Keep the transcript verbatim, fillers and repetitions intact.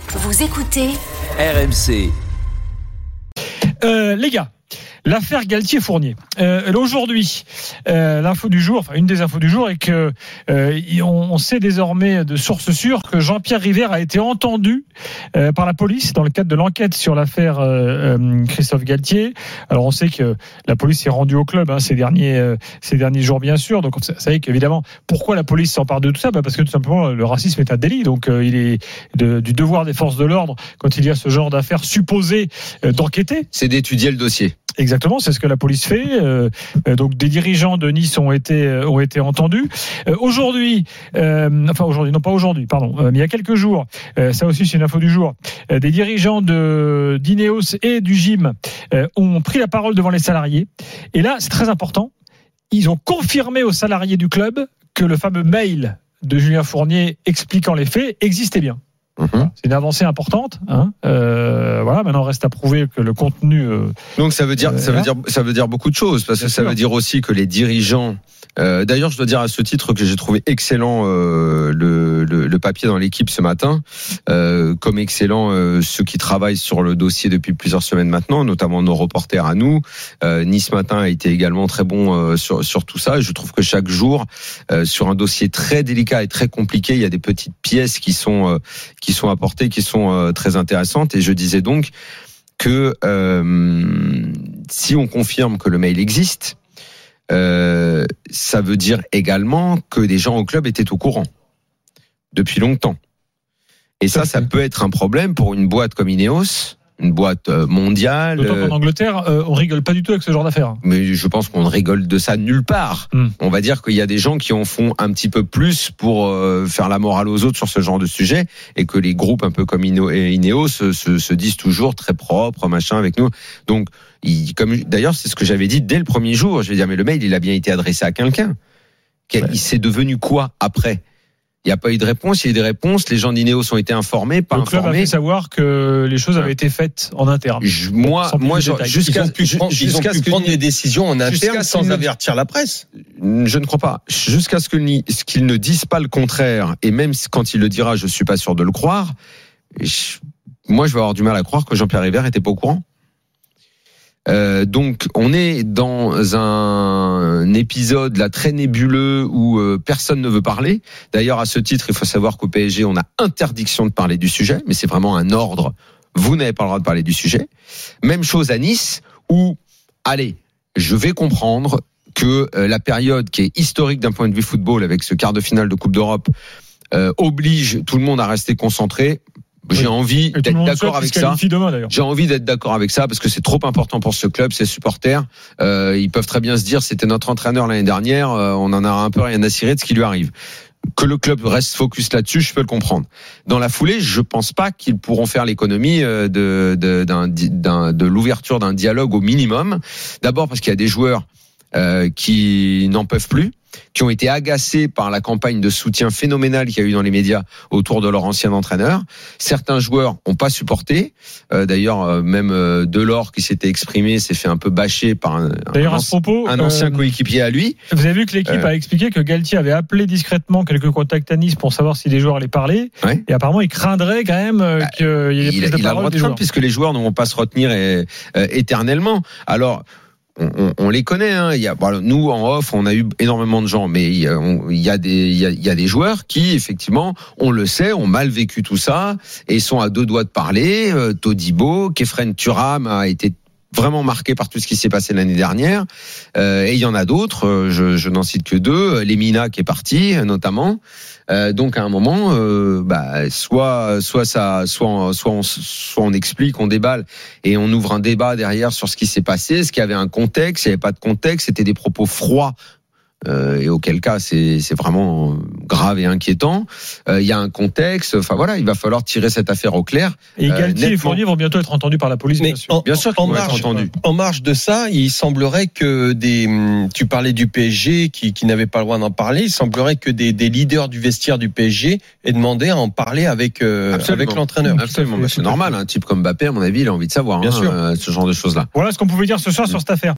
Vous écoutez R M C. Euh, les gars, l'affaire Galtier-Fournier. Euh, aujourd'hui, euh, l'info du jour, enfin une des infos du jour, est que euh, on, on sait désormais de sources sûres que Jean-Pierre River a été entendu euh, par la police dans le cadre de l'enquête sur l'affaire euh, euh, Christophe Galtier. Alors on sait que la police s'est rendue au club hein, ces derniers euh, ces derniers jours, bien sûr. Donc vous savez qu'évidemment, pourquoi la police s'empare de tout ça ? Bah parce que tout simplement le racisme est un délit. Donc euh, il est de, du devoir des forces de l'ordre quand il y a ce genre d'affaires supposées euh, d'enquêter. C'est d'étudier le dossier. Exactement, c'est ce que la police fait. Euh, donc des dirigeants de Nice ont été ont été entendus. Euh, aujourd'hui, euh, enfin aujourd'hui, non pas aujourd'hui, pardon, euh, mais il y a quelques jours, euh, ça aussi c'est une info du jour. Euh, des dirigeants de d'Ineos et du gym euh, ont pris la parole devant les salariés. Et là, c'est très important. Ils ont confirmé aux salariés du club que le fameux mail de Julien Fournier expliquant les faits existait bien. Mmh. C'est une avancée importante. Hein. Euh, voilà, maintenant reste à prouver que le contenu. Euh, Donc ça veut dire, euh, ça veut dire, ça veut dire beaucoup de choses parce que ça veut dire aussi que les dirigeants. Euh, d'ailleurs, je dois dire à ce titre que j'ai trouvé excellent euh, le, le, le papier dans l'équipe ce matin, euh, comme excellent euh, ceux qui travaillent sur le dossier depuis plusieurs semaines maintenant, notamment nos reporters à nous. Euh, Nice Matin a été également très bon euh, sur sur tout ça. Et je trouve que chaque jour, euh, sur un dossier très délicat et très compliqué, il y a des petites pièces qui sont euh, qui sont apportées, qui sont euh, très intéressantes. Et je disais donc que euh, si on confirme que le mail existe, euh, ça veut dire également que des gens au club étaient au courant depuis longtemps. Et ça, ça peut être un problème pour une boîte comme Ineos, une boîte mondiale. D'autant qu'en Angleterre, euh, on rigole pas du tout avec ce genre d'affaires. Mais je pense qu'on ne rigole de ça nulle part. Mm. On va dire qu'il y a des gens qui en font un petit peu plus pour euh, faire la morale aux autres sur ce genre de sujet, et que les groupes un peu comme Ineos se, se, se disent toujours très propres, machin, avec nous. Donc, il, comme d'ailleurs, c'est ce que j'avais dit dès le premier jour. Je vais dire, mais le mail, il a bien été adressé à quelqu'un. Ouais. Il s'est devenu quoi après ? Il n'y a pas eu de réponse, il y a eu des réponses, les gens d'Ineos ont été informés, pas le informés. Le club a fait savoir que les choses avaient été faites en interne. Je, moi, moi, je, jusqu'à, ils ont pu, prendre, jusqu'à ils ont pu ce prendre que, des décisions en interne sans ne, avertir la presse. Je ne crois pas. Jusqu'à ce, que, ce qu'ils ne disent pas le contraire, et même quand il le dira, je suis pas sûr de le croire. Je, moi, je vais avoir du mal à croire que Jean-Pierre River était pas au courant. Euh, donc, on est dans un épisode là très nébuleux où euh, personne ne veut parler. D'ailleurs, à ce titre, il faut savoir qu'au P S G, on a interdiction de parler du sujet, mais c'est vraiment un ordre. Vous n'avez pas le droit de parler du sujet. Même chose à Nice, où, allez, je vais comprendre que euh, la période qui est historique d'un point de vue football, avec ce quart de finale de Coupe d'Europe, euh, oblige tout le monde à rester concentré. J'ai oui. envie d'être d'accord avec ça. Demain, J'ai envie d'être d'accord avec ça parce que c'est trop important pour ce club, ses supporters. Euh, ils peuvent très bien se dire, c'était notre entraîneur l'année dernière, euh, on en a un peu rien à cirer de ce qui lui arrive. Que le club reste focus là-dessus, je peux le comprendre. Dans la foulée, je pense pas qu'ils pourront faire l'économie de, de, d'un, d'un, de l'ouverture d'un dialogue au minimum. D'abord parce qu'il y a des joueurs euh, qui n'en peuvent plus, qui ont été agacés par la campagne de soutien phénoménale qu'il y a eu dans les médias autour de leur ancien entraîneur. Certains joueurs n'ont pas supporté. Euh, d'ailleurs, euh, même euh, Delors qui s'était exprimé s'est fait un peu bâcher par un, d'ailleurs, un, à ce propos, un ancien euh, coéquipier à lui. Vous avez vu que l'équipe euh, a expliqué que Galtier avait appelé discrètement quelques contacts à Nice pour savoir si les joueurs allaient parler. Ouais. Et apparemment, il craindrait quand même euh, qu'il y ait des prises de parole. Il a le droit de craindre puisque les joueurs ne vont pas se retenir et, euh, éternellement. Alors, On, on, on les connaît, hein. Il y a, bon, nous en off, on a eu énormément de gens, mais il y a, on, il y a des, il y a, il y a des joueurs qui, effectivement, on le sait, ont mal vécu tout ça et sont à deux doigts de parler. Euh, Todibo, Kefren Turam a été vraiment marqué par tout ce qui s'est passé l'année dernière. Euh, et il y en a d'autres, je, je n'en cite que deux. Lemina qui est parti, notamment. Euh, donc à un moment, euh, bah, soit, soit ça, soit, on, soit, on, soit on explique, on déballe et on ouvre un débat derrière sur ce qui s'est passé, ce qui avait un contexte, il n'y avait pas de contexte, c'était des propos froids. Euh, et auquel cas c'est, c'est vraiment grave et inquiétant. Il euh, y a un contexte. Enfin voilà, il va falloir tirer cette affaire au clair. Et Galtier euh, et Fournier vont bientôt être entendus par la police. Mais bien sûr, en, bien sûr qu'ils en vont marge, être entendus. En marge de ça, il semblerait que des. Tu parlais du P S G qui, qui n'avait pas le droit d'en parler. Il semblerait que des, des leaders du vestiaire du P S G aient demandé à en parler avec euh, avec l'entraîneur. Absolument, c'est normal. Un type comme Mbappé, à mon avis, il a envie de savoir. Bien hein, sûr, euh, ce genre de choses là. Voilà ce qu'on pouvait dire ce soir mmh. sur cette affaire.